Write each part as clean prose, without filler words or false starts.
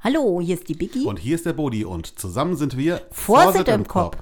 Hallo, hier ist die Biggie. Und hier ist der Bodi und zusammen sind wir Vorsicht im Kopf.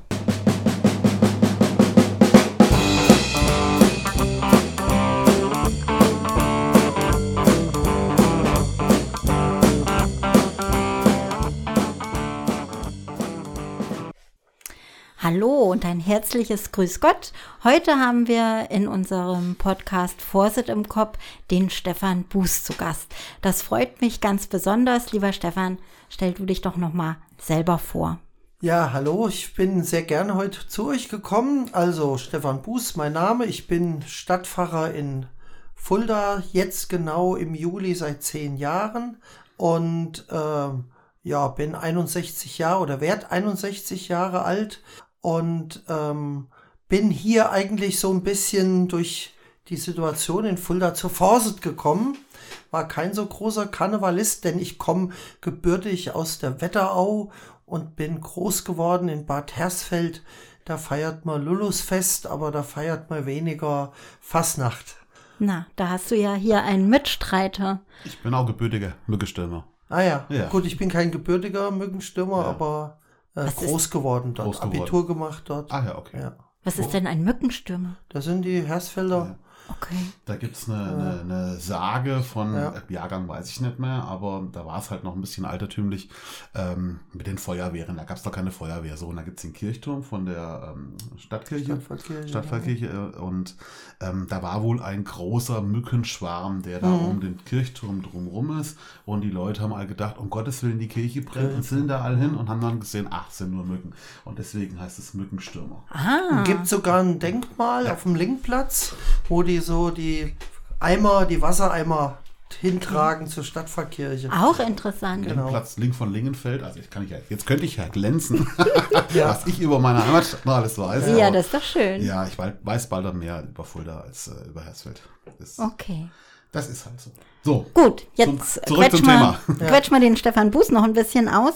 Hallo und ein herzliches Grüß Gott. Heute haben wir in unserem Podcast Vorsicht im Kopf den Stefan Buß zu Gast. Das freut mich ganz besonders. Lieber Stefan, stell du dich doch nochmal selber vor. Ja, hallo, ich bin sehr gerne heute zu euch gekommen. Also Stefan Buß, mein Name. Ich bin Stadtpfarrer in Fulda, jetzt genau im Juli seit 10 Jahren und bin 61 Jahre oder werde 61 Jahre alt. Und bin hier eigentlich so ein bisschen durch die Situation in Fulda zur Vorsicht gekommen. War kein so großer Karnevalist, denn ich komme gebürtig aus der Wetterau und bin groß geworden in Bad Hersfeld. Da feiert man Lulusfest, aber da feiert man weniger Fasnacht. Na, da hast du ja hier einen Mitstreiter. Ich bin auch gebürtiger Mückenstürmer. Ah ja, gut, ich bin kein gebürtiger Mückenstürmer, aber groß geworden dort, Abitur gemacht dort. Ah ja, okay. Ja. Was ist denn ein Mückenstürmer? Das sind die Hersfelder. Ja. Okay. Da gibt es eine Sage von, Jahrgang weiß ich nicht mehr, aber da war es halt noch ein bisschen altertümlich mit den Feuerwehren. Da gab es doch keine Feuerwehr. So, und da gibt es den Kirchturm von der Stadtpfarrkirche. Und da war wohl ein großer Mückenschwarm, der da um den Kirchturm drumherum ist. Und die Leute haben all gedacht, um Gottes Willen, die Kirche brennt, und sind da all hin und haben dann gesehen, ach, es sind nur Mücken. Und deswegen heißt es Mückenstürmer. Ah. Gibt sogar ein Denkmal auf dem Linkplatz, wo die die Wassereimer hintragen zur Stadtpfarrkirche. Auch interessant. Genau. Platz Link von Lingenfeld. Also jetzt könnte ich ja glänzen, was ich über meine Heimatstadt noch alles weiß. Ja, aber, das ist doch schön. Ja, ich weiß bald mehr über Fulda als über Hersfeld. Okay. Das ist halt so. So. Gut, jetzt zurück zum Thema. Quetsch mal den Stefan Buß noch ein bisschen aus.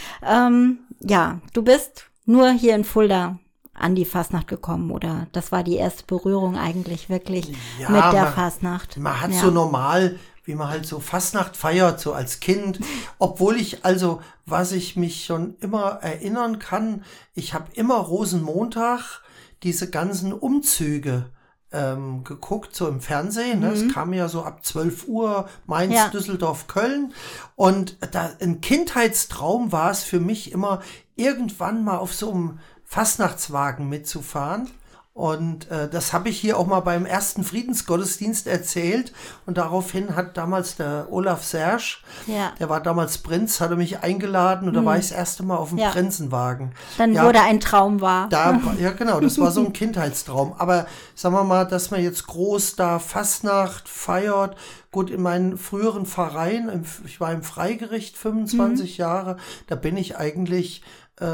Du bist nur hier in Fulda an die Fasnacht gekommen, oder? Das war die erste Berührung eigentlich wirklich mit der Fasnacht. Man hat so normal, wie man halt so Fasnacht feiert, so als Kind. Obwohl was ich mich schon immer erinnern kann, ich habe immer Rosenmontag diese ganzen Umzüge geguckt, so im Fernsehen. Ne? Es kam ja so ab 12 Uhr, Mainz, Düsseldorf, Köln. Und ein Kindheitstraum war es für mich immer, irgendwann mal auf so einem Fastnachtswagen mitzufahren. Und das habe ich hier auch mal beim ersten Friedensgottesdienst erzählt. Und daraufhin hat damals der Olaf Serge, der war damals Prinz, hatte mich eingeladen und da war ich das erste Mal auf dem Prinzenwagen. Dann wurde ein Traum wahr. Genau, das war so ein Kindheitstraum. Aber sagen wir mal, dass man jetzt groß da Fastnacht feiert. Gut, in meinen früheren Verein, ich war im Freigericht 25 Jahre, da bin ich eigentlich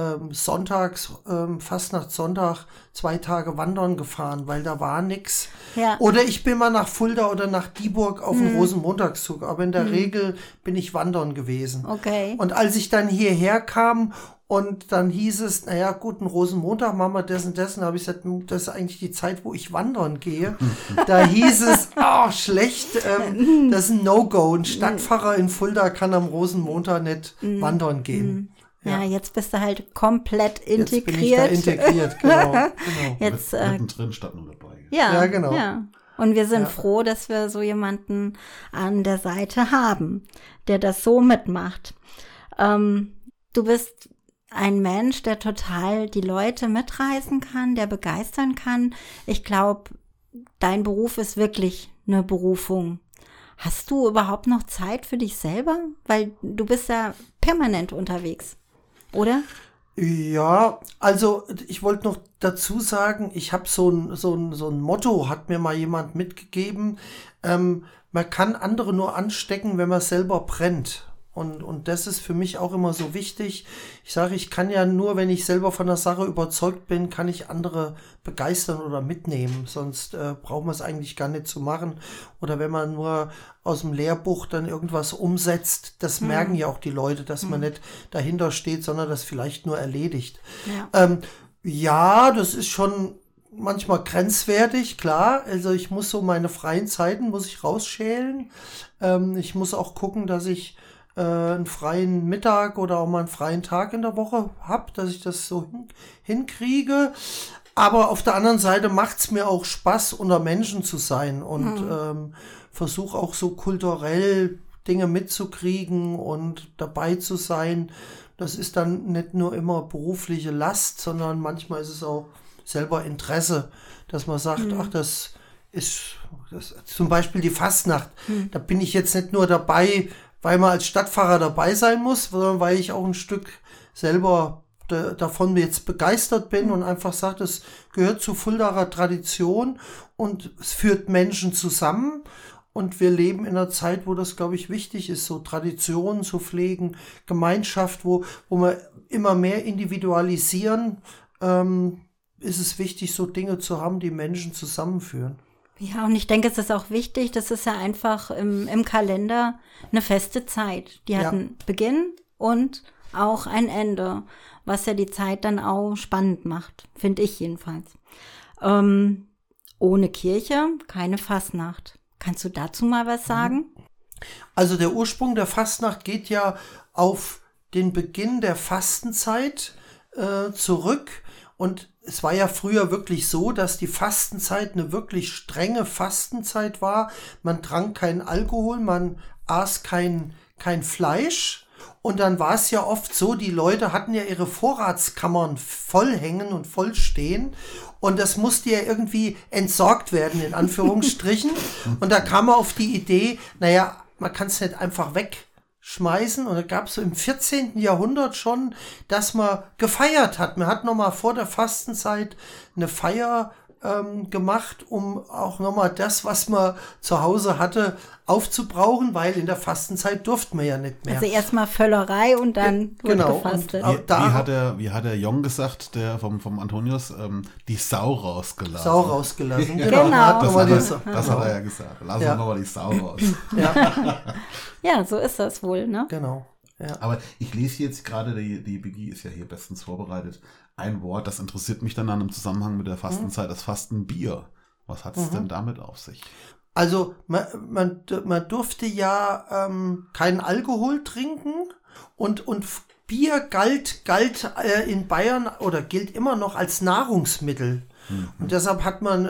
Fastnachtssonntag 2 Tage wandern gefahren, weil da war nix. Ja. Oder ich bin mal nach Fulda oder nach Dieburg auf den Rosenmontagszug, aber in der Regel bin ich wandern gewesen. Okay. Und als ich dann hierher kam und dann hieß es, naja gut, einen Rosenmontag machen wir dessen, habe ich gesagt, das ist eigentlich die Zeit, wo ich wandern gehe. Da hieß es, schlecht, das ist ein No-Go. Ein Stadtpfarrer in Fulda kann am Rosenmontag nicht wandern gehen. Ja, jetzt bist du halt komplett integriert. Jetzt bin ich da integriert, genau. Jetzt, mittendrin statt nur dabei. Ja, genau. Ja. Und wir sind froh, dass wir so jemanden an der Seite haben, der das so mitmacht. Du bist ein Mensch, der total die Leute mitreißen kann, der begeistern kann. Ich glaube, dein Beruf ist wirklich eine Berufung. Hast du überhaupt noch Zeit für dich selber? Weil du bist ja permanent unterwegs, oder? Ja, also ich wollte noch dazu sagen, ich habe so ein Motto, hat mir mal jemand mitgegeben, man kann andere nur anstecken, wenn man selber brennt. Und das ist für mich auch immer so wichtig. Ich sage, ich kann ja nur, wenn ich selber von der Sache überzeugt bin, kann ich andere begeistern oder mitnehmen. Sonst braucht man es eigentlich gar nicht zu machen. Oder wenn man nur aus dem Lehrbuch dann irgendwas umsetzt, das merken ja auch die Leute, dass man nicht dahinter steht, sondern das vielleicht nur erledigt. Ja, das ist schon manchmal grenzwertig, klar. Also ich muss so meine freien Zeiten muss ich rausschälen. Ich muss auch gucken, dass ich einen freien Mittag oder auch mal einen freien Tag in der Woche habe, dass ich das so hinkriege. Aber auf der anderen Seite macht es mir auch Spaß, unter Menschen zu sein und versuche auch so kulturell Dinge mitzukriegen und dabei zu sein. Das ist dann nicht nur immer berufliche Last, sondern manchmal ist es auch selber Interesse, dass man sagt, ach, das ist zum Beispiel die Fastnacht. Da bin ich jetzt nicht nur dabei, weil man als Stadtpfarrer dabei sein muss, sondern weil ich auch ein Stück selber davon jetzt begeistert bin und einfach sage, es gehört zu Fuldaer Tradition und es führt Menschen zusammen. Und wir leben in einer Zeit, wo das, glaube ich, wichtig ist, so Traditionen zu pflegen, Gemeinschaft, wo wir immer mehr individualisieren, ist es wichtig, so Dinge zu haben, die Menschen zusammenführen. Ja, und ich denke, es ist auch wichtig, das ist ja einfach im Kalender eine feste Zeit. Die hat einen Beginn und auch ein Ende, was ja die Zeit dann auch spannend macht, finde ich jedenfalls. Ohne Kirche keine Fastnacht. Kannst du dazu mal was sagen? Also der Ursprung der Fastnacht geht ja auf den Beginn der Fastenzeit zurück. Und es war ja früher wirklich so, dass die Fastenzeit eine wirklich strenge Fastenzeit war. Man trank keinen Alkohol, man aß kein Fleisch. Und dann war es ja oft so, die Leute hatten ja ihre Vorratskammern voll hängen und voll stehen. Und das musste ja irgendwie entsorgt werden, in Anführungsstrichen. Und da kam man auf die Idee, naja, man kann es nicht einfach wegschmeißen. Und da gab es so im 14. Jahrhundert schon, dass man gefeiert hat. Man hat nochmal vor der Fastenzeit eine Feier gemacht, um auch nochmal das, was man zu Hause hatte, aufzubrauchen, weil in der Fastenzeit durften wir ja nicht mehr. Also erstmal Völlerei und dann wird gefastet. Wie hat der Jong gesagt, der vom Antonius, die Sau rausgelassen. Sau rausgelassen, genau. Das hat er ja gesagt. Lass uns nochmal die Sau raus. Ja, so ist das wohl, ne? Genau. Ja. Aber ich lese jetzt gerade, die Biggie ist ja hier bestens vorbereitet, ein Wort, das interessiert mich dann im Zusammenhang mit der Fastenzeit, das Fastenbier. Was hat es denn damit auf sich? Also man durfte ja keinen Alkohol trinken und Bier galt in Bayern oder gilt immer noch als Nahrungsmittel. Und deshalb hat man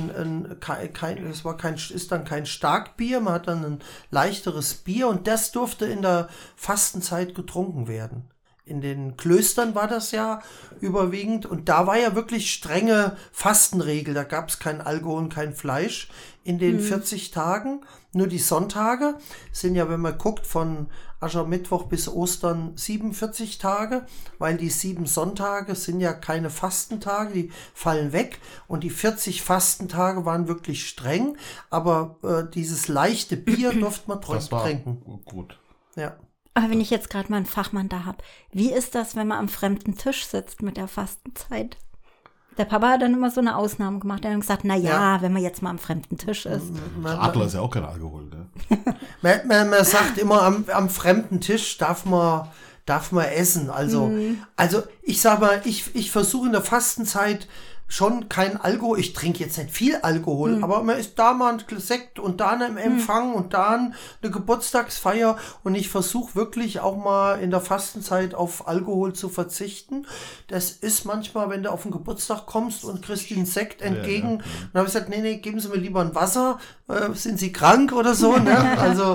ist dann kein Starkbier, man hat dann ein leichteres Bier und das durfte in der Fastenzeit getrunken werden. In den Klöstern war das ja überwiegend und da war ja wirklich strenge Fastenregel. Da gab es kein Alkohol und kein Fleisch in den 40 Tagen. Nur die Sonntage sind ja, wenn man guckt, von Aschermittwoch bis Ostern 47 Tage, weil die 7 Sonntage sind ja keine Fastentage, die fallen weg. Und die 40 Fastentage waren wirklich streng, aber dieses leichte Bier durfte man trotzdem trinken. Gut. Ja. Aber wenn ich jetzt gerade mal einen Fachmann da habe, wie ist das, wenn man am fremden Tisch sitzt mit der Fastenzeit? Der Papa hat dann immer so eine Ausnahme gemacht. Er hat gesagt, wenn man jetzt mal am fremden Tisch ist. Adler ist ja auch kein Alkohol, ne? Man sagt immer, am fremden Tisch darf man essen. Also ich sag mal, ich versuche in der Fastenzeit schon kein Alkohol. Ich trinke jetzt nicht viel Alkohol, aber man ist da mal ein Sekt und da ein Empfang und da eine Geburtstagsfeier und ich versuche wirklich auch mal in der Fastenzeit auf Alkohol zu verzichten. Das ist manchmal, wenn du auf den Geburtstag kommst und kriegst den Sekt entgegen, dann habe ich gesagt, nee, geben Sie mir lieber ein Wasser, sind Sie krank oder so, ne? Also,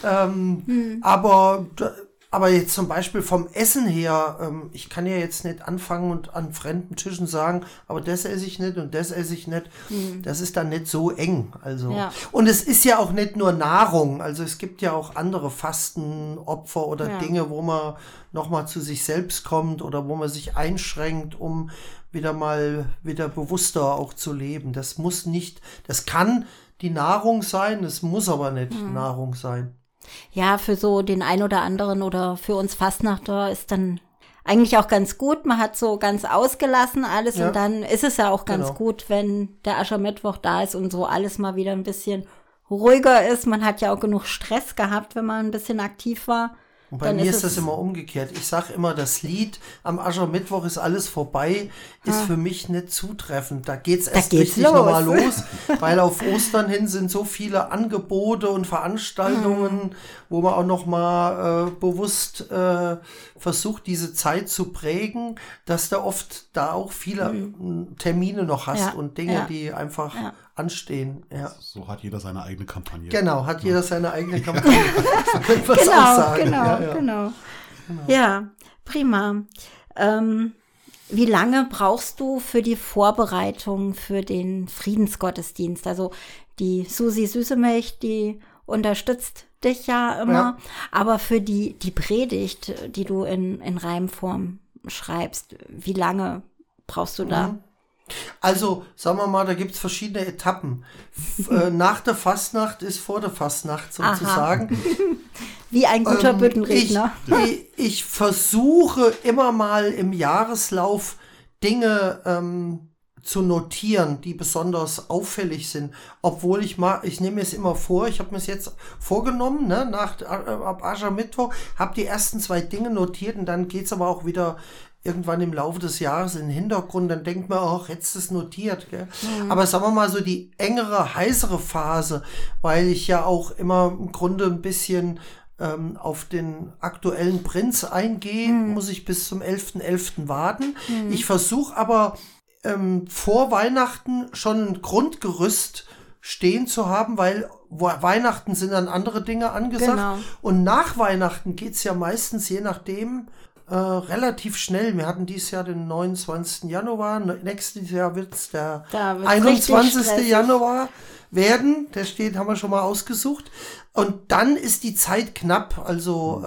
aber jetzt zum Beispiel vom Essen her, ich kann ja jetzt nicht anfangen und an fremden Tischen sagen, aber das esse ich nicht und das esse ich nicht. Das ist dann nicht so eng. Also. Ja. Und es ist ja auch nicht nur Nahrung. Also es gibt ja auch andere Fastenopfer oder Dinge, wo man nochmal zu sich selbst kommt oder wo man sich einschränkt, um wieder bewusster auch zu leben. Das kann die Nahrung sein, das muss aber nicht Nahrung sein. Ja, für so den ein oder anderen oder für uns Fastnachter ist dann eigentlich auch ganz gut. Man hat so ganz ausgelassen alles und dann ist es ja auch ganz gut, wenn der Aschermittwoch da ist und so alles mal wieder ein bisschen ruhiger ist. Man hat ja auch genug Stress gehabt, wenn man ein bisschen aktiv war. Und bei mir ist das immer umgekehrt. Ich sage immer, das Lied am Aschermittwoch ist alles vorbei, ist für mich nicht zutreffend. Da geht's erst richtig nochmal los, weil auf Ostern hin sind so viele Angebote und Veranstaltungen, wo man auch nochmal bewusst versucht, diese Zeit zu prägen, dass du oft da auch viele Termine noch hast und Dinge, die einfach anstehen. Ja. So hat jeder seine eigene Kampagne. Genau, hat jeder seine eigene Kampagne. So könnte man es auch sagen. Genau. Ja, prima. Wie lange brauchst du für die Vorbereitung für den Friedensgottesdienst? Also die Susi Süßemilch, die unterstützt dich ja immer, aber für die Predigt, die du in Reimform schreibst, wie lange brauchst du da? Also, sagen wir mal, da gibt es verschiedene Etappen. Nach der Fastnacht ist vor der Fastnacht sozusagen. Wie ein guter Büttenredner. Ich versuche immer mal im Jahreslauf Dinge zu notieren, die besonders auffällig sind. Obwohl ich nehme es immer vor, ich habe mir es jetzt vorgenommen, ne, ab Aschermittwoch, habe die ersten 2 Dinge notiert und dann geht es aber auch wieder irgendwann im Laufe des Jahres in den Hintergrund, dann denkt man auch, hättest du es notiert. Gell? Aber sagen wir mal so die engere, heißere Phase, weil ich ja auch immer im Grunde ein bisschen auf den aktuellen Prinz eingehe, muss ich bis zum 11.11. warten. Ich versuche aber vor Weihnachten schon ein Grundgerüst stehen zu haben, weil Weihnachten sind dann andere Dinge angesagt. Genau. Und nach Weihnachten geht's ja meistens, je nachdem, relativ schnell. Wir hatten dieses Jahr den 29. Januar. Nächstes Jahr wird's der 21. Januar werden. Der steht, haben wir schon mal ausgesucht. Und dann ist die Zeit knapp. Also,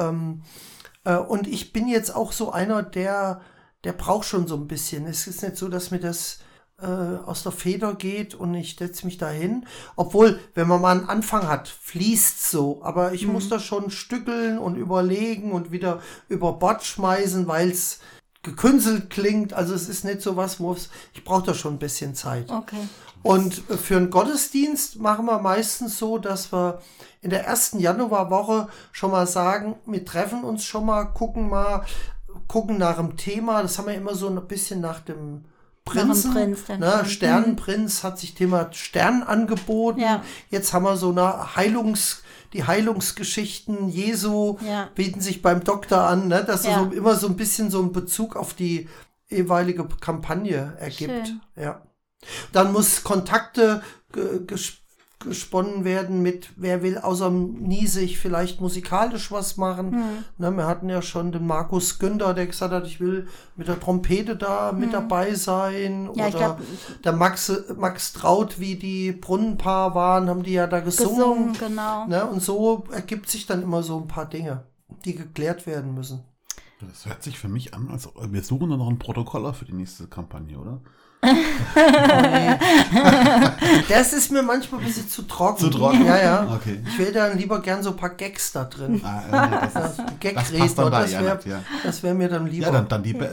und ich bin jetzt auch so einer, der braucht schon so ein bisschen. Es ist nicht so, dass mir das aus der Feder geht und ich setze mich da hin. Obwohl, wenn man mal einen Anfang hat, fließt so. Aber ich muss das schon stückeln und überlegen und wieder über Bord schmeißen, weil es gekünstelt klingt. Also es ist nicht so was, ich brauche da schon ein bisschen Zeit. Okay. Und für einen Gottesdienst machen wir meistens so, dass wir in der ersten Januarwoche schon mal sagen, wir treffen uns schon mal, gucken nach dem Thema. Das haben wir immer so ein bisschen nach dem Prinzen, ne? Sternenprinz hat sich Thema Stern angeboten. Ja. Jetzt haben wir so eine die Heilungsgeschichten Jesu bieten sich beim Doktor an, ne? Dass so immer so ein bisschen so einen Bezug auf die jeweilige Kampagne ergibt. Schön. Ja. Dann muss Kontakte gesponnen werden mit, wer will außer Niesig vielleicht musikalisch was machen. Ne, wir hatten ja schon den Markus Günther, der gesagt hat, ich will mit der Trompete da mit dabei sein. Ja, oder der Max Traut, wie die Brunnenpaar waren, haben die ja da gesungen. Genau. Ne, und so ergibt sich dann immer so ein paar Dinge, die geklärt werden müssen. Das hört sich für mich an, als wir suchen dann noch einen Protokoller für die nächste Kampagne, oder? Das ist mir manchmal ein bisschen zu trocken. Zu trocken? Ja. Okay. Ich will dann lieber gern so ein paar Gags da drin. Das wäre mir dann lieber. Ja, dann die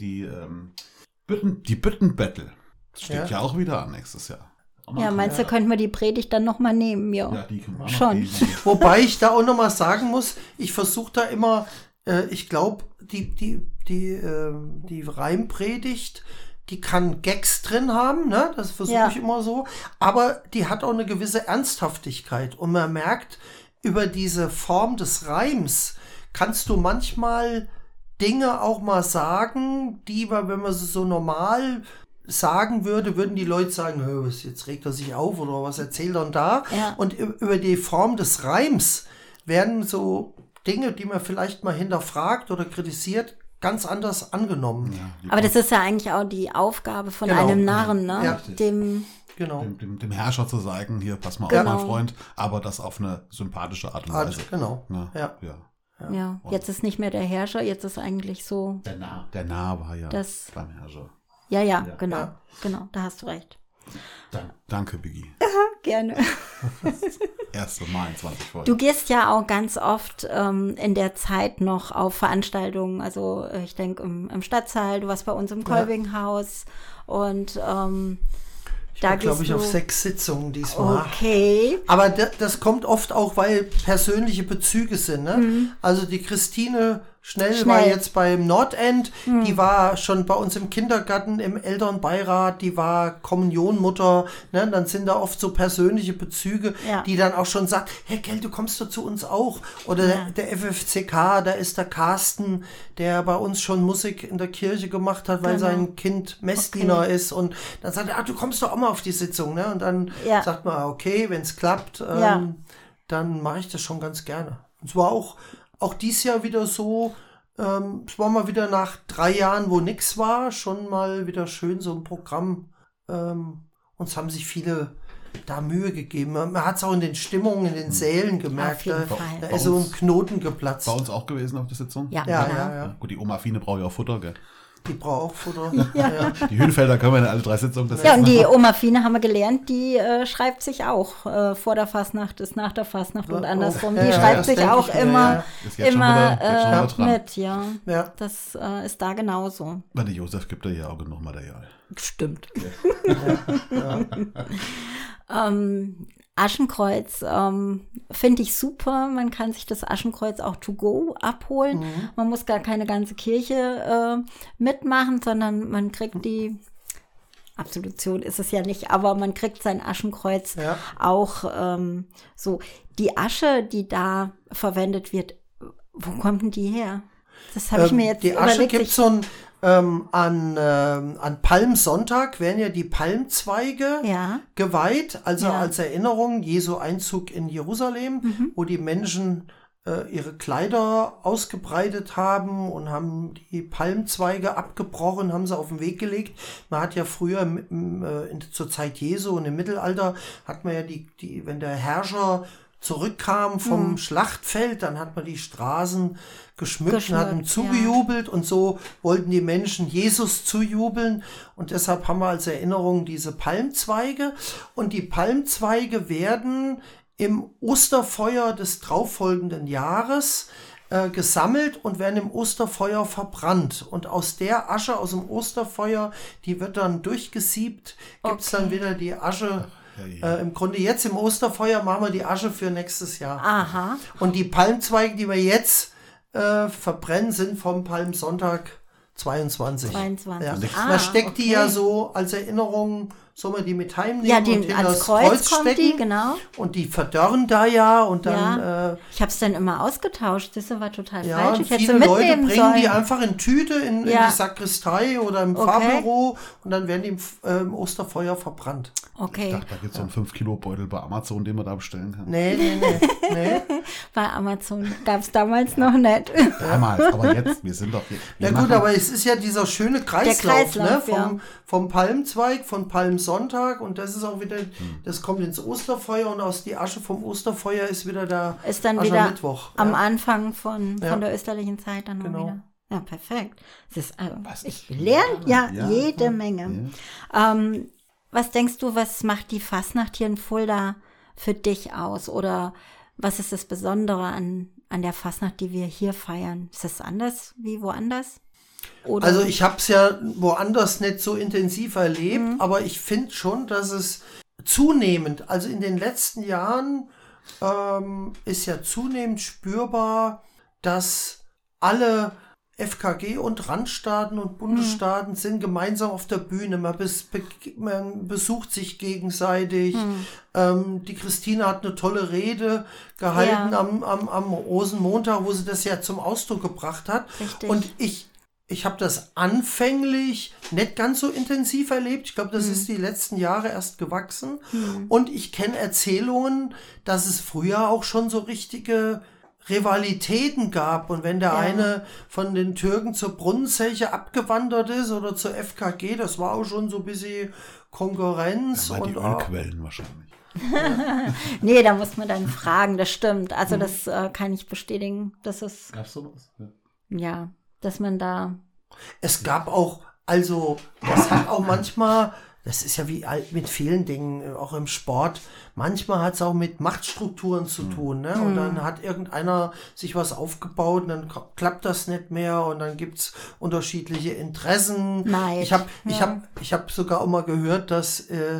Büttenbattle. Das steht ja auch wieder an nächstes Jahr. Ja, meinst du, könnten wir die Predigt dann nochmal nehmen? Ja, die können wir schon. Wobei ich da auch nochmal sagen muss, ich versuche da immer, ich glaube, die Reimpredigt, die kann Gags drin haben, ne? Das versuche ich immer so. Aber die hat auch eine gewisse Ernsthaftigkeit. Und man merkt, über diese Form des Reims kannst du manchmal Dinge auch mal sagen, die, wenn man sie so normal sagen würde, würden die Leute sagen, jetzt regt er sich auf oder was erzählt er denn da? Ja. Und über die Form des Reims werden so Dinge, die man vielleicht mal hinterfragt oder kritisiert, ganz anders angenommen. Ja, aber das ist ja eigentlich auch die Aufgabe von einem Narren, ne? Ja. Dem Herrscher zu sagen, hier, pass mal auf, mein Freund, aber das auf eine sympathische Art und Weise. Genau. Ja, jetzt ist nicht mehr der Herrscher, jetzt ist eigentlich so. Der Narr war ja beim Herrscher. Ja, genau, da hast du recht. Danke, Biggie. Gerne. Erste Mal in 20 Folgen. Du gehst ja auch ganz oft in der Zeit noch auf Veranstaltungen, also ich denke im Stadtsaal, du warst bei uns im Kolbinghaus und Da glaube ich, gehst auf du- 6 Sitzungen diesmal. Okay. Aber das kommt oft auch, weil persönliche Bezüge sind. Ne? Also die Christine Schnell war jetzt beim Nordend, die war schon bei uns im Kindergarten, im Elternbeirat, die war Kommunionmutter. Ne? Dann sind da oft so persönliche Bezüge, die dann auch schon sagt, hey Gell, du kommst doch zu uns auch. Oder der FFCK, da ist der Carsten, der bei uns schon Musik in der Kirche gemacht hat, weil sein Kind Messdiener ist. Und dann sagt er, du kommst doch auch mal auf die Sitzung. Ne? Und dann sagt man, okay, wenn es klappt, dann mache ich das schon ganz gerne. Und es war auch dieses Jahr wieder so, es war mal wieder nach 3 Jahren, wo nichts war, schon mal wieder schön so ein Programm. Uns haben sich viele da Mühe gegeben. Man hat es auch in den Stimmungen, in den Sälen gemerkt. Auf jeden Fall. Da ist so ein Knoten geplatzt. Bei uns auch gewesen auf der Sitzung? Ja, Ja. Gut, die Oma Fine braucht ja auch Futter, gell? Die braucht auch Futter. Die Hühnfelder können wir in alle 3 Sitzungen. Das Ja, und die Oma Fine haben wir gelernt, die schreibt sich auch vor der Fastnacht, ist nach der Fastnacht und andersrum. Die schreibt sich denke auch ich mir, immer, Ist jetzt schon wieder dran. mit, ja. Ja. Das ist da genauso. Weil der Josef gibt da ja auch genug Material. Stimmt. Aschenkreuz finde ich super. Man kann sich das Aschenkreuz auch to go abholen. Man muss gar keine ganze Kirche mitmachen, sondern man kriegt die Absolution ist es ja nicht, aber man kriegt sein Aschenkreuz auch so. Die Asche, die da verwendet wird, wo kommt denn die her? Das habe ich mir jetzt Die Asche überlegt. gibt es so an Palmsonntag werden ja die Palmzweige geweiht, also als Erinnerung Jesu Einzug in Jerusalem, wo die Menschen ihre Kleider ausgebreitet haben und haben die Palmzweige abgebrochen, haben sie auf den Weg gelegt. Man hat ja früher zur Zeit Jesu und im Mittelalter hat man ja wenn der Herrscher zurückkam vom Schlachtfeld, dann hat man die Straßen geschmückt und hat ihm zugejubelt und so wollten die Menschen Jesus zujubeln und deshalb haben wir als Erinnerung diese Palmzweige und die Palmzweige werden im Osterfeuer des darauffolgenden Jahres gesammelt und werden im Osterfeuer verbrannt. Und aus der Asche, aus dem Osterfeuer, die wird dann durchgesiebt, gibt's dann wieder die Asche. Im Grunde jetzt im Osterfeuer machen wir die Asche für nächstes Jahr. Aha. Und die Palmzweige, die wir jetzt verbrennen, sind vom Palmsonntag 22. 22. Ja. Ah, Da steckt die ja okay. so als Erinnerung, soll man die mit heimnehmen Ja, und in als das Kreuz kommt stecken. die, genau. Und die verdörren da ja und dann Ich habe es dann immer ausgetauscht. Das war total ja, falsch. und Ich hätte viele sie Leute mitnehmen bringen sollen. die einfach in Tüte in die Sakristei oder im Pfarrbüro und dann werden die im Osterfeuer verbrannt. Okay. Ich dachte, da gibt es so einen 5-Kilo-Beutel bei Amazon, den man da bestellen kann. Nee. Bei Amazon gab es damals noch nicht. Damals, aber jetzt, wir sind doch hier. Na gut, aber es ist ja dieser schöne Kreislauf, Kreislauf, ne? Vom Palmzweig, von Palmsonntag und das ist auch wieder, das kommt ins Osterfeuer und aus die Asche vom Osterfeuer ist wieder der Ist dann wieder Aschermittwoch. am Anfang von der österlichen Zeit dann noch Genau. wieder. Ja, perfekt. Das ist, Was ich ist- lerne ja Ja. jede Menge. Was denkst du, was macht die Fastnacht hier in Fulda für dich aus? Oder was ist das Besondere an der Fastnacht, die wir hier feiern? Ist das anders wie woanders? Oder? Also ich habe es ja woanders nicht so intensiv erlebt, aber ich finde schon, dass es zunehmend, also in den letzten Jahren ist ja zunehmend spürbar, dass alle FKG und Randstaaten und Bundesstaaten sind gemeinsam auf der Bühne. Man besucht sich gegenseitig. Die Christine hat eine tolle Rede gehalten am Rosenmontag, wo sie das ja zum Ausdruck gebracht hat. Richtig. Und ich habe das anfänglich nicht ganz so intensiv erlebt. Ich glaube, das ist die letzten Jahre erst gewachsen. Und ich kenne Erzählungen, dass es früher auch schon so richtige Rivalitäten gab. Und wenn der eine von den Türken zur Brunnenzeche abgewandert ist oder zur FKG, das war auch schon so ein bisschen Konkurrenz. Das waren die und Ölquellen wahrscheinlich. Nee, da muss man dann fragen, das stimmt. Also das kann ich bestätigen. Das ist, Gab's sowas? Ja. ja, dass man da... es gab auch, also das hat auch manchmal, das ist ja wie mit vielen Dingen, auch im Sport, manchmal hat es auch mit Machtstrukturen zu tun, ne? Und dann hat irgendeiner sich was aufgebaut und dann klappt das nicht mehr und dann gibt's unterschiedliche Interessen. Neid. Ich hab sogar auch mal gehört, dass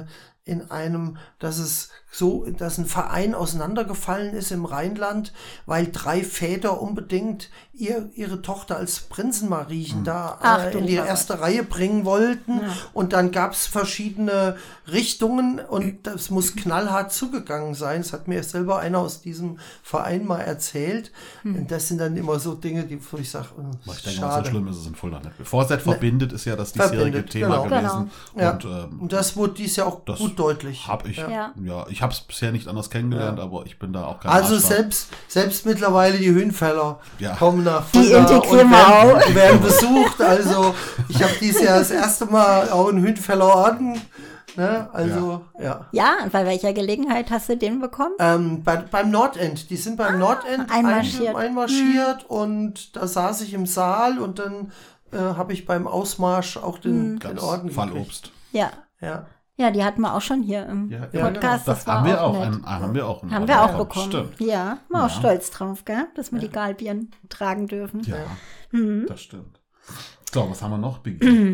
dass ein Verein auseinandergefallen ist im Rheinland, weil 3 Väter unbedingt ihre Tochter als Prinzenmariechen in die erste Reihe bringen wollten. Ja. Und dann gab es verschiedene Richtungen und das muss knallhart zugegangen sein. Das hat mir selber einer aus diesem Verein mal erzählt. Und das sind dann immer so Dinge, wo ich sage, ich denke mal, so schlimm ist es in Fulda nicht. Vorset verbindet ist ja das diesjährige Thema gewesen. Genau. Und das wurde dies Jahr auch gut deutlich. Ich habe es bisher nicht anders kennengelernt, aber ich bin da auch kein Also selbst mittlerweile die Hünfeller kommen nach Fulda und werden besucht. Also ich habe dieses Jahr das erste Mal auch einen Hünfeler Orden. Ne? Also, Ja, und bei welcher Gelegenheit hast du den bekommen? Beim Nordend. Die sind beim Nordend einmarschiert und da saß ich im Saal und dann habe ich beim Ausmarsch auch den Orden gekriegt. Fallobst. Ja. Ja, die hatten wir auch schon hier im Podcast. Genau. Das haben wir auch bekommen. Stimmt. Ja, waren auch stolz drauf, gell? Dass wir die Galbien tragen dürfen. Ja, das stimmt. So, was haben wir noch?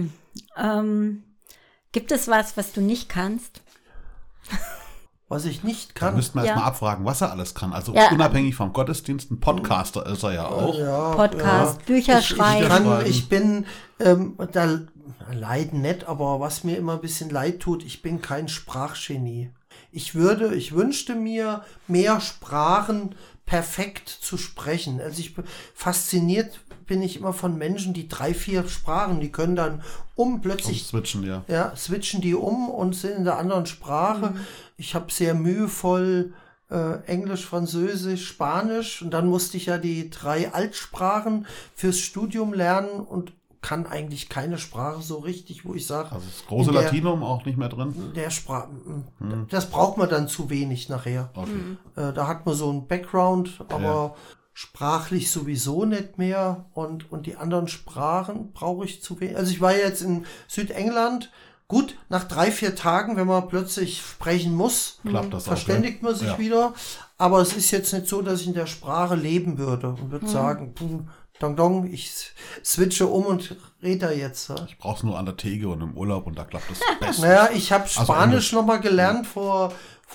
Gibt es was du nicht kannst? Was ich nicht kann? Da müssten wir erstmal abfragen, was er alles kann. Also unabhängig vom Gottesdienst, ein Podcaster ist er ja auch. Podcast, Bücher schreiben. Ich bin da leiden nicht, aber was mir immer ein bisschen leid tut, ich bin kein Sprachgenie. Ich wünschte mir, mehr Sprachen perfekt zu sprechen. Also fasziniert bin ich immer von Menschen, die 3, 4 Sprachen, die können dann plötzlich switchen die und sind in der anderen Sprache. Ich habe sehr mühevoll Englisch, Französisch, Spanisch und dann musste ich ja die 3 Altsprachen fürs Studium lernen und kann eigentlich keine Sprache so richtig, wo ich sage... Also das große Latinum auch nicht mehr drin? Das braucht man dann zu wenig nachher. Okay. Da hat man so einen Background, aber sprachlich sowieso nicht mehr. Und die anderen Sprachen brauche ich zu wenig. Also ich war jetzt in Südengland. Gut, nach 3, 4 Tagen, wenn man plötzlich sprechen muss, verständigt man sich wieder. Aber es ist jetzt nicht so, dass ich in der Sprache leben würde und würde sagen... Dong, ich switche und rede da jetzt. Ja. Ich brauche es nur an der Theke und im Urlaub und da klappt das bestens. Naja, ich habe Spanisch nochmal gelernt vor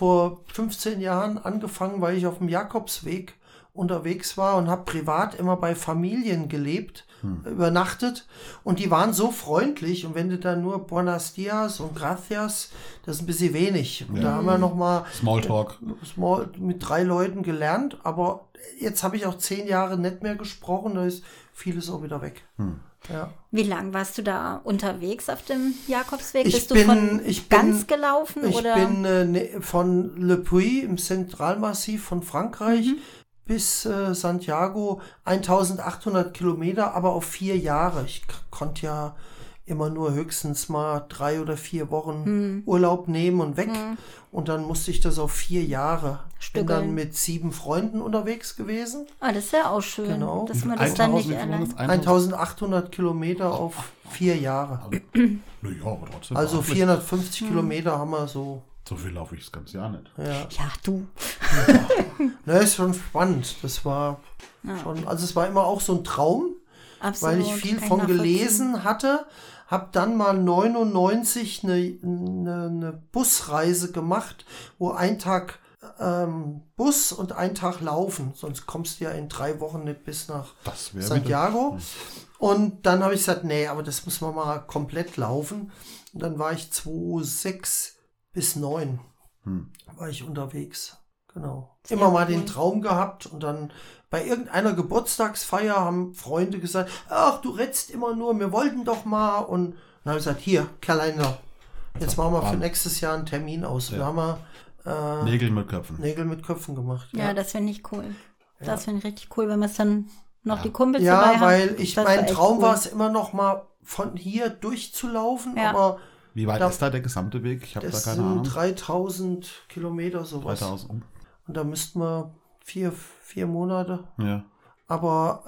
15 Jahren angefangen, weil ich auf dem Jakobsweg unterwegs war und habe privat immer bei Familien gelebt, übernachtet und die waren so freundlich und wenn du dann nur Buenos Dias und Gracias, das ist ein bisschen wenig. Und da haben wir nochmal Smalltalk mit 3 Leuten gelernt, aber jetzt habe ich auch 10 Jahre nicht mehr gesprochen, da ist vieles auch wieder weg. Ja. Wie lang warst du da unterwegs auf dem Jakobsweg? Bist du von ganz gelaufen? Ich bin von Le Puy im Zentralmassiv von Frankreich bis Santiago 1800 Kilometer, aber auf 4 Jahre. Ich konnte ja immer nur höchstens mal 3 oder 4 Wochen Urlaub nehmen und weg. Und dann musste ich das auf 4 Jahre. Bin dann mit 7 Freunden unterwegs gewesen. Das ist ja auch schön, genau. Dass man das dann nicht allein... 1800 Kilometer auf 4 Jahre. Aber trotzdem. Also 450 Kilometer haben wir so. So viel laufe ich das ganze Jahr nicht. Ja, du. Ist schon spannend. Das war schon, also es war immer auch so ein Traum, weil ich viel von gelesen hatte. Hab dann mal 99 eine Busreise gemacht, wo ein Tag Bus und ein Tag laufen. Sonst kommst du ja in 3 Wochen nicht bis nach Santiago. Und dann habe ich gesagt, nee, aber das muss man mal komplett laufen. Und dann war ich 2006 bis 2009 war ich unterwegs. Genau. Immer mal den Traum gehabt und dann bei irgendeiner Geburtstagsfeier haben Freunde gesagt, ach, du rennst immer nur, wir wollten doch mal. Und dann habe ich gesagt, hier, Kalender, jetzt machen wir für nächstes Jahr einen Termin aus. Wir haben Nägel mit Köpfen. Nägel mit Köpfen gemacht. Ja, das finde ich cool. Das finde ich richtig cool, wenn man es dann noch die Kumpels dabei hat. Ja, weil mein Traum war es immer noch mal von hier durchzulaufen, aber wie weit ist da der gesamte Weg? Ich habe da keine Ahnung. Das sind 3000 Kilometer sowas. 3000. Und da müssten wir 4 Monate. Ja. Aber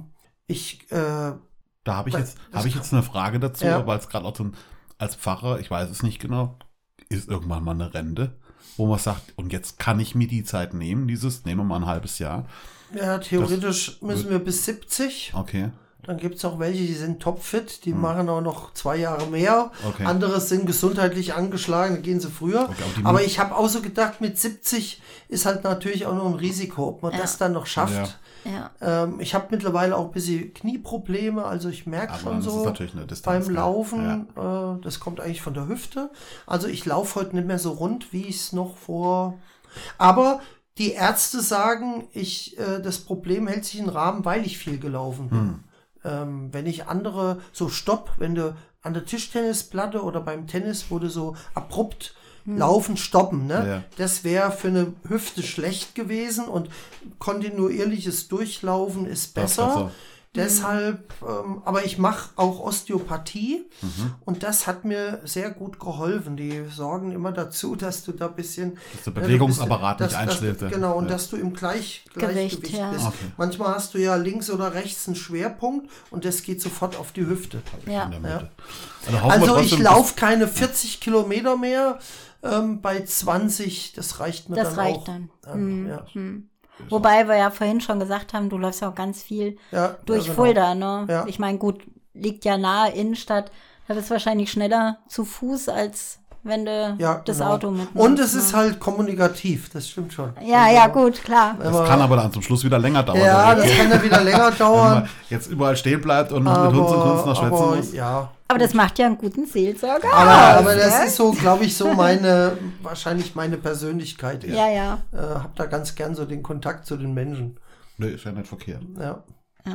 da habe ich jetzt eine Frage dazu, weil es gerade auch so als Pfarrer, ich weiß es nicht genau, ist irgendwann mal eine Rente, wo man sagt, und jetzt kann ich mir die Zeit nehmen, nehmen wir mal ein halbes Jahr. Ja, theoretisch müssen wir bis 70. Okay. Dann gibt es auch welche, die sind topfit, die machen auch noch 2 Jahre mehr. Okay. Andere sind gesundheitlich angeschlagen, dann gehen sie früher. Okay, aber ich habe auch so gedacht, mit 70 ist halt natürlich auch noch ein Risiko, ob man das dann noch schafft. Ja. Ich habe mittlerweile auch ein bisschen Knieprobleme, also ich merke schon so beim Laufen, das kommt eigentlich von der Hüfte. Also ich laufe heute nicht mehr so rund, wie ich es noch vor... Aber die Ärzte sagen, das Problem hält sich in Rahmen, weil ich viel gelaufen bin. Wenn ich andere, so Stopp, wenn du an der Tischtennisplatte oder beim Tennis, wo du so abrupt laufen, stoppen, ne? Ja. Das wäre für eine Hüfte schlecht gewesen und kontinuierliches Durchlaufen ist besser. Deshalb, aber ich mache auch Osteopathie und das hat mir sehr gut geholfen. Die sorgen immer dazu, dass du da ein bisschen... Dass der Bewegungsapparat nicht einschläft. Genau, und dass du im Gleichgewicht bist. Okay. Manchmal hast du ja links oder rechts einen Schwerpunkt und das geht sofort auf die Hüfte. Ja. Also ich laufe keine 40 Kilometer mehr, bei 20, das reicht mir dann auch. Das reicht dann. Wobei wir ja vorhin schon gesagt haben, du läufst ja auch ganz viel durch Fulda, ne? Ja. Ich meine, gut, liegt ja nahe Innenstadt, da bist du wahrscheinlich schneller zu Fuß, als wenn du das Auto mitnimmst. Und es ist halt kommunikativ, das stimmt schon. Ja, also, ja, gut, klar. Das kann aber dann zum Schluss wieder länger dauern. Ja, das kann ja wieder länger dauern. Wenn man jetzt überall stehen bleibt und mit Hund und Kunst noch schwätzen muss. Ja. Aber das macht ja einen guten Seelsorger. Aber das ist so, glaube ich, so wahrscheinlich meine Persönlichkeit. Ja. Hab da ganz gern so den Kontakt zu den Menschen. Nee, ist ja nicht verkehrt. Ja.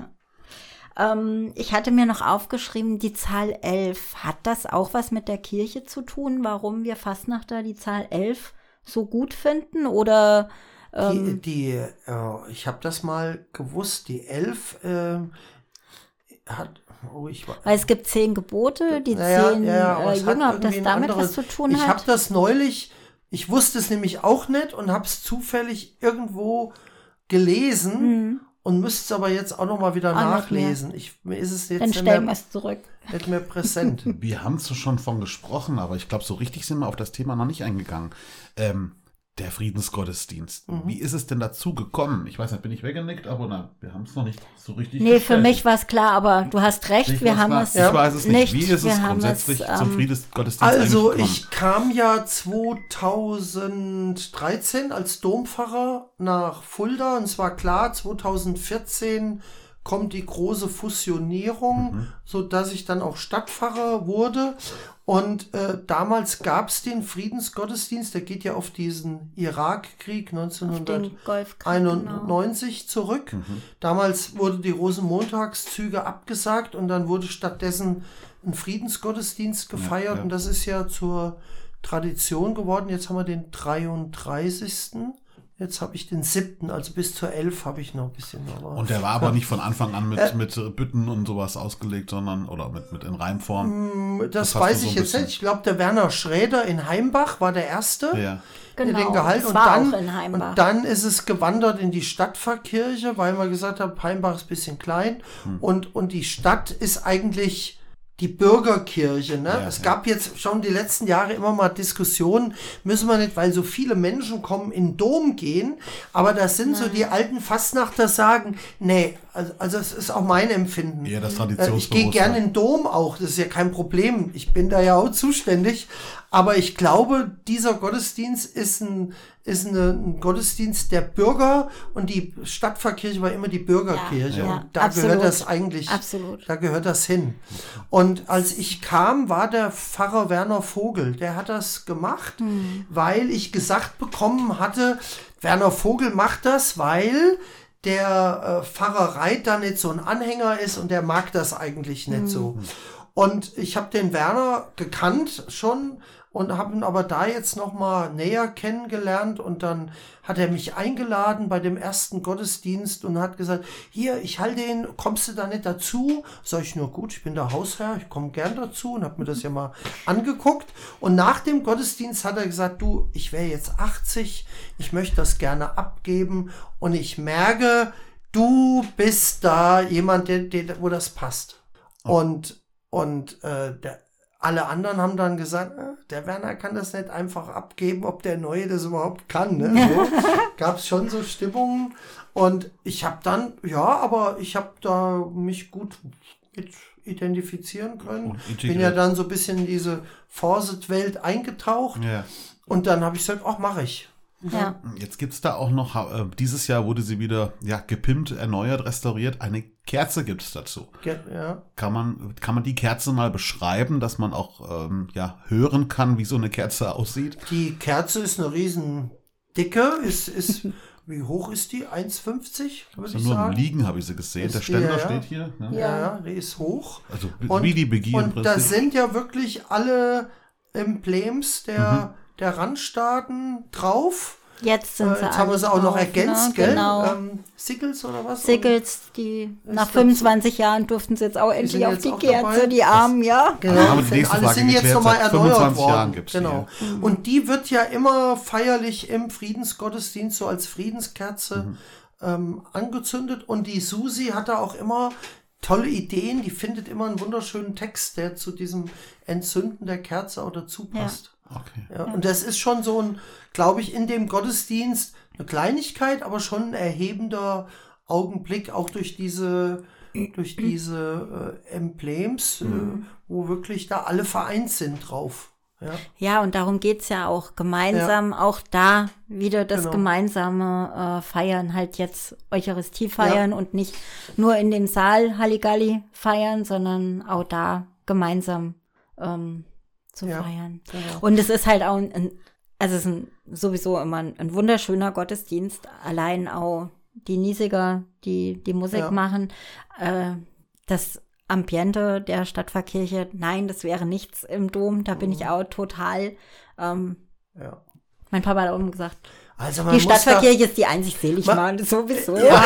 Ich hatte mir noch aufgeschrieben, die Zahl 11. Hat das auch was mit der Kirche zu tun, warum wir Fastnachter die Zahl 11 so gut finden? Oder ich habe das mal gewusst, die 11 hat... Weil es gibt 10 Gebote, die 10 Jünger, ob das damit was zu tun hat? Ich habe das neulich, ich wusste es nämlich auch nicht und habe es zufällig irgendwo gelesen und müsste es aber jetzt auch noch mal wieder nachlesen. Mir ist es jetzt dann stellen wir es zurück. Nicht mehr präsent. Wir haben es schon von gesprochen, aber ich glaube, so richtig sind wir auf das Thema noch nicht eingegangen. Der Friedensgottesdienst. Wie ist es denn dazu gekommen? Ich weiß nicht, bin ich weggenickt, aber wir haben es noch nicht so richtig gestellt. Für mich war es klar, aber du hast recht, wir haben es Ich weiß es nicht. Wie ist es grundsätzlich zum Friedensgottesdienst Also ich kam ja 2013 als Dompfarrer nach Fulda und es war klar, 2014 kommt die große Fusionierung, so dass ich dann auch Stadtpfarrer wurde. Und damals gab es den Friedensgottesdienst, der geht ja auf diesen Irakkrieg 1991 zurück. Damals wurde die Rosenmontagszüge abgesagt und dann wurde stattdessen ein Friedensgottesdienst gefeiert. Und das ist ja zur Tradition geworden. Jetzt haben wir den 33. Jetzt habe ich den 7., also bis zur 11 habe ich noch ein bisschen. Und der war aber nicht von Anfang an mit Bütten und sowas ausgelegt, sondern oder mit in Reimform. Das weiß ich jetzt nicht. Ich glaube, der Werner Schräder in Heimbach war der Erste. Ja. Genau, den gehalten. das war auch in Heimbach. Und dann ist es gewandert in die Stadtpfarrkirche, weil man gesagt hat, Heimbach ist ein bisschen klein. Und die Stadt ist eigentlich die Bürgerkirche, ne? Ja, es gab jetzt schon die letzten Jahre immer mal Diskussionen, müssen wir nicht, weil so viele Menschen kommen, in den Dom gehen, aber das sind so die alten Fastnachter sagen, nee, also es ist auch mein Empfinden. Ja, das Traditionsbewusstsein. Ich gehe gerne in den Dom auch, das ist ja kein Problem, ich bin da ja auch zuständig, aber ich glaube, dieser Gottesdienst ist ein Gottesdienst der Bürger und die Stadtpfarrkirche war immer die Bürgerkirche. Ja, und da gehört das eigentlich, da gehört das hin. Und als ich kam, war der Pfarrer Werner Vogel, der hat das gemacht, weil ich gesagt bekommen hatte, Werner Vogel macht das, weil der Pfarrerei da nicht so ein Anhänger ist und der mag das eigentlich nicht so. Und ich habe den Werner gekannt schon und habe ihn aber da jetzt noch mal näher kennengelernt und dann hat er mich eingeladen bei dem ersten Gottesdienst und hat gesagt, hier, ich halte ihn, kommst du da nicht dazu? Sag ich nur, gut, ich bin der Hausherr, ich komme gern dazu und habe mir das ja mal angeguckt und nach dem Gottesdienst hat er gesagt, du, ich wäre jetzt 80, ich möchte das gerne abgeben und ich merke, du bist da jemand, wo das passt. Und alle anderen haben dann gesagt, der Werner kann das nicht einfach abgeben, ob der Neue das überhaupt kann. Ne? So gab es schon so Stimmungen. Und ich habe dann, aber ich habe da mich gut mit identifizieren können. Bin ja dann so ein bisschen in diese Fawcett-Welt eingetaucht. Ja. Und dann habe ich gesagt, mache ich. Ja. Jetzt gibt es da auch noch, dieses Jahr wurde sie wieder gepimpt, erneuert, restauriert. Eine Kerze gibt es dazu. Ja. Kann man die Kerze mal beschreiben, dass man auch hören kann, wie so eine Kerze aussieht? Die Kerze ist eine riesen dicke, wie hoch ist die? 1,50? Also nur im Liegen habe ich sie gesehen. Der Ständer steht hier. Ne? Ja, die ist hoch. Also wie die Begie im Prinzip. Und das sind ja wirklich alle Emblems der Randstaaten drauf. Jetzt sind sie Jetzt haben wir sie auch noch ergänzt, gell? Genau. Siggles oder was? Siggles, die nach 25 Jahren durften sie jetzt auch endlich auf die Kerze, dabei. die Armen, ja. Genau, haben wir die nächste Frage sind jetzt geklärt. nochmal Seit erneuert 25 worden. Jahren gibt's genau. die. Und die wird ja immer feierlich im Friedensgottesdienst so als Friedenskerze angezündet. Und die Susi hat da auch immer tolle Ideen. Die findet immer einen wunderschönen Text, der zu diesem Entzünden der Kerze auch dazu passt. Okay. Ja, und das ist schon so ein, glaube ich, in dem Gottesdienst eine Kleinigkeit, aber schon ein erhebender Augenblick, auch durch diese Emblems, wo wirklich da alle vereint sind drauf. Ja, und darum geht's ja auch gemeinsam, auch da wieder das gemeinsame Feiern, halt jetzt Eucharistie feiern und nicht nur in dem Saal Halligalli feiern, sondern auch da gemeinsam zu feiern. Genau. Und es ist halt auch es ist sowieso immer ein wunderschöner Gottesdienst, allein auch die Niesiger, die Musik machen, das Ambiente der Stadtpfarrkirche, nein, das wäre nichts im Dom, da bin ich auch total, mein Papa hat auch immer gesagt, also die Stadtpfarrkirche ist die einzig Seligmachende, sowieso. Ja,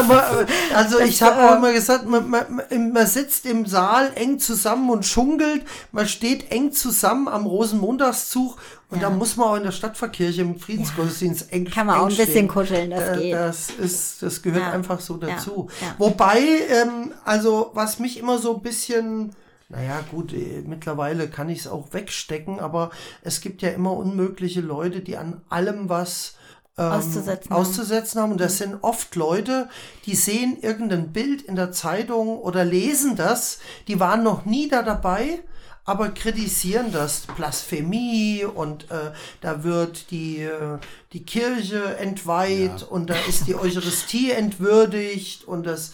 also ich habe auch immer gesagt, man sitzt im Saal eng zusammen und schunkelt, man steht eng zusammen am Rosenmontagszug und da muss man auch in der Stadtpfarrkirche im Friedensgottesdienst eng kann man auch ein bisschen kuscheln, das geht. Das gehört einfach so dazu. Ja. Wobei, also was mich immer so ein bisschen... Naja, gut, mittlerweile kann ich es auch wegstecken, aber es gibt ja immer unmögliche Leute, die an allem was auszusetzen haben. Und das sind oft Leute, die sehen irgendein Bild in der Zeitung oder lesen das, die waren noch nie da dabei, aber kritisieren das, Blasphemie und da wird die Kirche entweiht und da ist die Eucharistie entwürdigt und das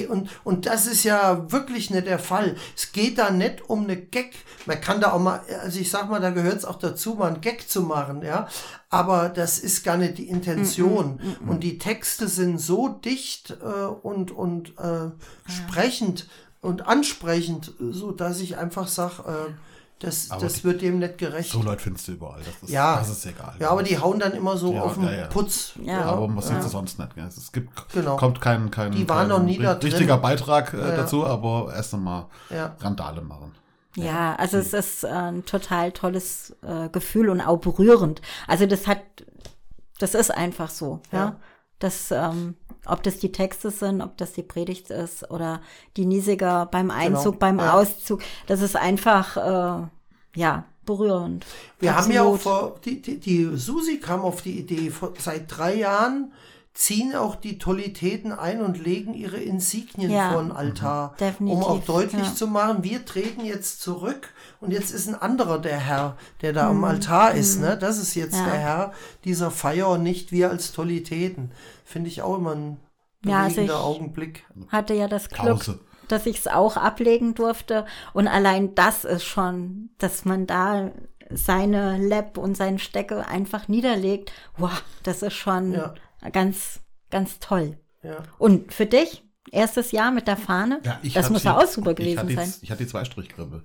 ist ja wirklich nicht der Fall. Es geht da nicht um eine Gag. Man kann da auch mal, also ich sag mal, da gehört es auch dazu, mal einen Gag zu machen, ja. Aber das ist gar nicht die Intention. Und die Texte sind so dicht und sprechend und ansprechend, so dass ich einfach sage, das wird dem nicht gerecht. So Leute findest du überall. Das ist egal. Ja, aber die hauen dann immer so auf den Putz. Ja, aber was sind sie sonst nicht? Es Genau. kommt kein die waren noch nie da richtiger drin. Beitrag dazu, aber erst einmal Randale machen. Ja, also es ist ein total tolles Gefühl und auch berührend. Also das ist einfach so, ja. Das, ob das die Texte sind, ob das die Predigt ist oder die Niesiger beim Einzug, beim Auszug, das ist einfach, berührend. Wir haben ja auch die Susi kam auf die Idee, seit 3 Jahren ziehen auch die Tolitäten ein und legen ihre Insignien vor den Altar, definitiv, um auch deutlich zu machen, wir treten jetzt zurück und jetzt ist ein anderer der Herr, der da am Altar ist. Ne? Das ist jetzt der Herr dieser Feier und nicht wir als Tolitäten. Finde ich auch immer ein bewegender Augenblick. Hatte ja das Glück, dass ich es auch ablegen durfte und allein das ist schon, dass man da seine Lepp und seinen Stecke einfach niederlegt. Wow, das ist schon ganz, ganz toll. Ja. Und für dich, erstes Jahr mit der Fahne, das muss ja auch super gewesen sein. Ich hatte die Zweistrichgrippe.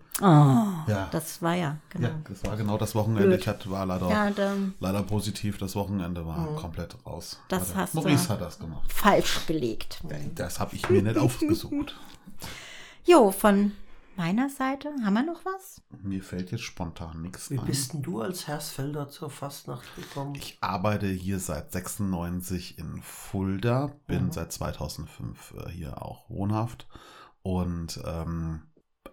Das war genau. Ja, das war genau das Wochenende. Ich war leider positiv. Das Wochenende war komplett raus. Maurice hat das gemacht. Falsch gelegt. Das habe ich mir nicht aufgesucht. Jo, von meiner Seite, haben wir noch was? Mir fällt jetzt spontan nichts ein. Wie bist denn du als Hersfelder zur Fastnacht gekommen? Ich arbeite hier seit 96 in Fulda, bin seit 2005 hier auch wohnhaft und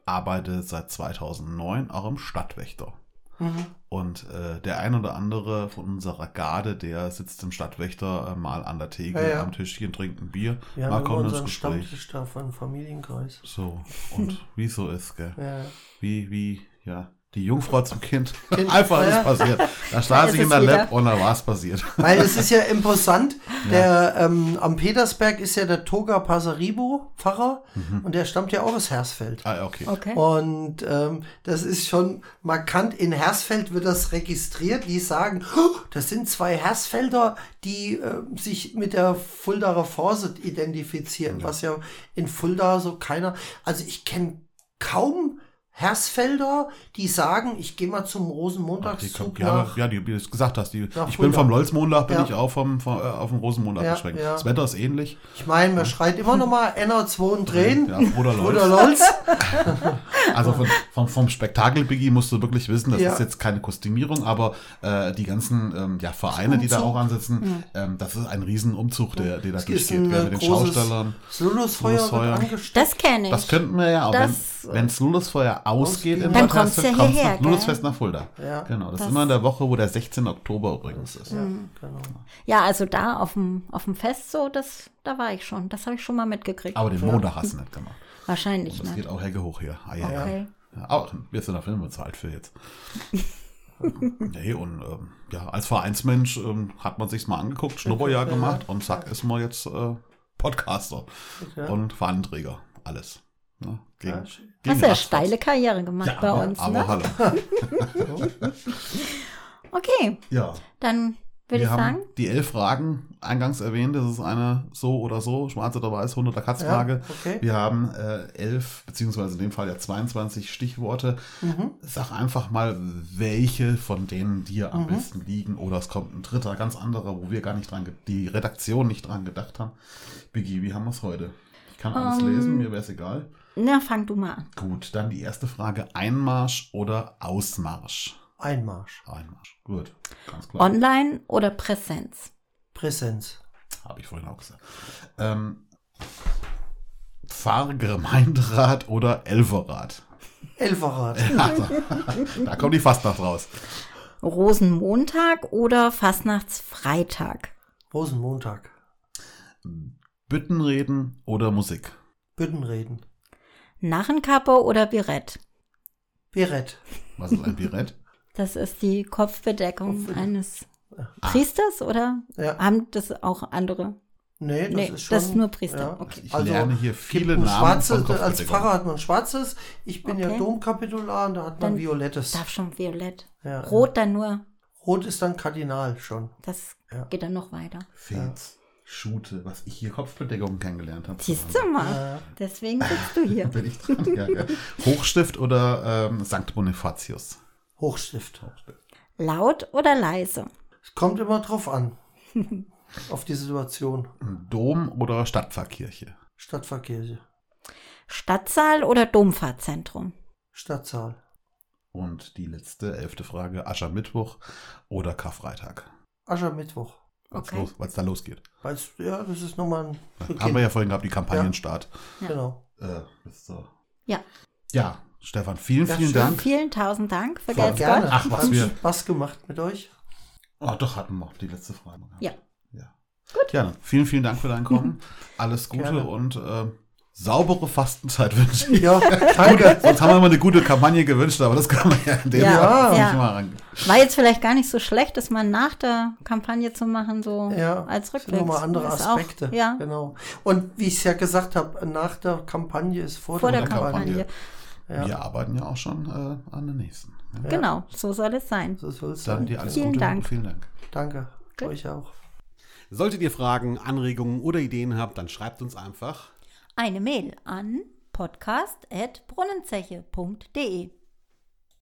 arbeite seit 2009 auch im Stadtwächter. Und der ein oder andere von unserer Garde, der sitzt im Stadtwächter mal an der Theke am Tischchen, trinkt ein Bier, Wir mal haben kommt ins unseren Gespräch. Stammtisch da von Familienkreis. So, und wie so ist, gell? Ja. Wie, die Jungfrau zum Kind. Einfach ist passiert. Da saß ich in der wieder. Lab und da war es passiert. Weil es ist ja imposant, am Petersberg ist ja der Toga Pasaribo Pfarrer und der stammt ja auch aus Hersfeld. Ah, okay. Und das ist schon markant. In Hersfeld wird das registriert. Die sagen, oh, das sind 2 Hersfelder, die sich mit der Fuldaer Forse identifizieren, was ja in Fulda so keiner. Also ich kenne kaum Hersfelder, die sagen, ich gehe mal zum Rosenmontagszug nach. Ja, wie du es gesagt hast. Ich Fulda. bin vom Lolzmontag, bin ich auch auf dem Rosenmontag geschwenkt. Ja. Das Wetter ist ähnlich. Ich meine, man schreit immer noch mal NR2 und drehen. Ja, oder Lolz. Also vom Spektakel, Biggie, musst du wirklich wissen, das ist jetzt keine Kostümierung, aber die ganzen Vereine, die da auch ansitzen, das ist ein Riesenumzug, der da durchgeht. Mit den Schaustellern. Das Lulusfeuer wird angestellt. Das kenne ich. Das könnten wir ja auch. Wenn das Lulusfeuer ausgeht, in dann Bad kommt's Hersfeld, ja kommt's hierher, nach Lulusfest nach Fulda. Ja. Genau, das ist immer in der Woche, wo der 16. Oktober übrigens ist. Ja, genau. Ja, also da auf dem Fest so, da war ich schon. Das habe ich schon mal mitgekriegt. Aber den Montag hast du nicht gemacht. Wahrscheinlich Das nicht. geht auch Hecke hoch hier. Okay. Ja, aber wir sind auf jeden Fall bezahlt für jetzt. Nee, und als Vereinsmensch hat man sich's mal angeguckt, Schnupperjahr gemacht und zack, ist man jetzt Podcaster und Fahnenträger. Alles. Ne? Hast du ja steile Karriere gemacht bei uns. Aber Ne? hallo. Okay, Ja. dann würde ich Wir sagen. haben die 11 Fragen eingangs erwähnt. Das ist eine so oder so, schwarz oder weiß, 100er Katzfrage. Okay. Wir haben 11, beziehungsweise in dem Fall ja 22 Stichworte. Sag einfach mal, welche von denen dir am besten liegen. Oder es kommt ein dritter, ganz anderer, wo wir gar nicht die Redaktion nicht dran gedacht haben. Biggie, wie haben wir es heute? Ich kann alles lesen, mir wäre es egal. Na, fang du mal an. Gut, dann die erste Frage. Einmarsch oder Ausmarsch? Einmarsch. Einmarsch, gut, ganz klar. Online oder Präsenz? Präsenz. Habe ich vorhin auch gesagt. Pfarrgemeinderat oder Elferrat? Elferrat. Also, da kommt die Fastnacht raus. Rosenmontag oder Fastnachtsfreitag? Rosenmontag. Büttenreden oder Musik? Büttenreden. Narrenkappe oder Birett? Birett. Was ist ein Birett? Das ist die Kopfbedeckung eines Priesters, oder? Ja. Haben das auch andere? Nee, das Nee, ist schon. das ist nur Priester. Ja. Okay. Ich lerne hier viele gibt ein Namen schwarzes, von als Kopfbedeckung. Pfarrer hat man ein schwarzes. Ich bin ja Okay. Domkapitular und da hat man Dann violettes. Darf schon violett. Ja, Rot dann nur, Rot ist dann Kardinal schon. das Ja. geht dann noch weiter. Filz, Schute, was ich hier Kopfbedeckung kennengelernt habe. Siehst du mal, deswegen sitzt du hier. Bin ich dran? Ja. Hochstift oder Sankt Bonifatius? Hochstift. Laut oder leise? Es kommt immer drauf an. Auf die Situation. Dom oder Stadtpfarrkirche? Stadtverkehr. Stadtsaal oder Dompfarrzentrum? Stadtsaal. Und die letzte, 11. Frage, Aschermittwoch oder Karfreitag? Aschermittwoch. Okay. Weil's da losgeht. Ja, das ist nochmal ein Haben wir ja vorhin gehabt, die Kampagnenstart. Genau. So. Ja. Ja, Stefan, vielen schön. Dank. Vielen tausend Dank für Voll Geld gerne. Gott. Ach, was Hat wir- Spaß gemacht mit euch. Oh, doch, hatten wir die letzte Frage. gehabt. Ja. Gut. Ja, dann vielen Dank für dein Kommen. Alles Gute Gerne. und saubere Fastenzeit wünsche ich. Ja, danke. Sonst haben wir immer eine gute Kampagne gewünscht, aber das kann man ja in dem Ja, Fall ja. nicht mal ran. War jetzt vielleicht gar nicht so schlecht, das mal nach der Kampagne zu machen, so Ja, als das Rückwärts. sind nochmal andere Ist auch- Aspekte. ja, Genau. Und wie ich es ja gesagt habe, nach der Kampagne ist vor vor der Kampagne. Kampagne. Ja. Wir arbeiten ja auch schon an der nächsten. Ja. Genau, so soll es sein. So soll es Dann sein. dir alles Vielen Gute Dank. und vielen Dank. Danke. Euch auch. Solltet ihr Fragen, Anregungen oder Ideen habt, dann schreibt uns einfach. Eine Mail an podcast@brunnenzeche.de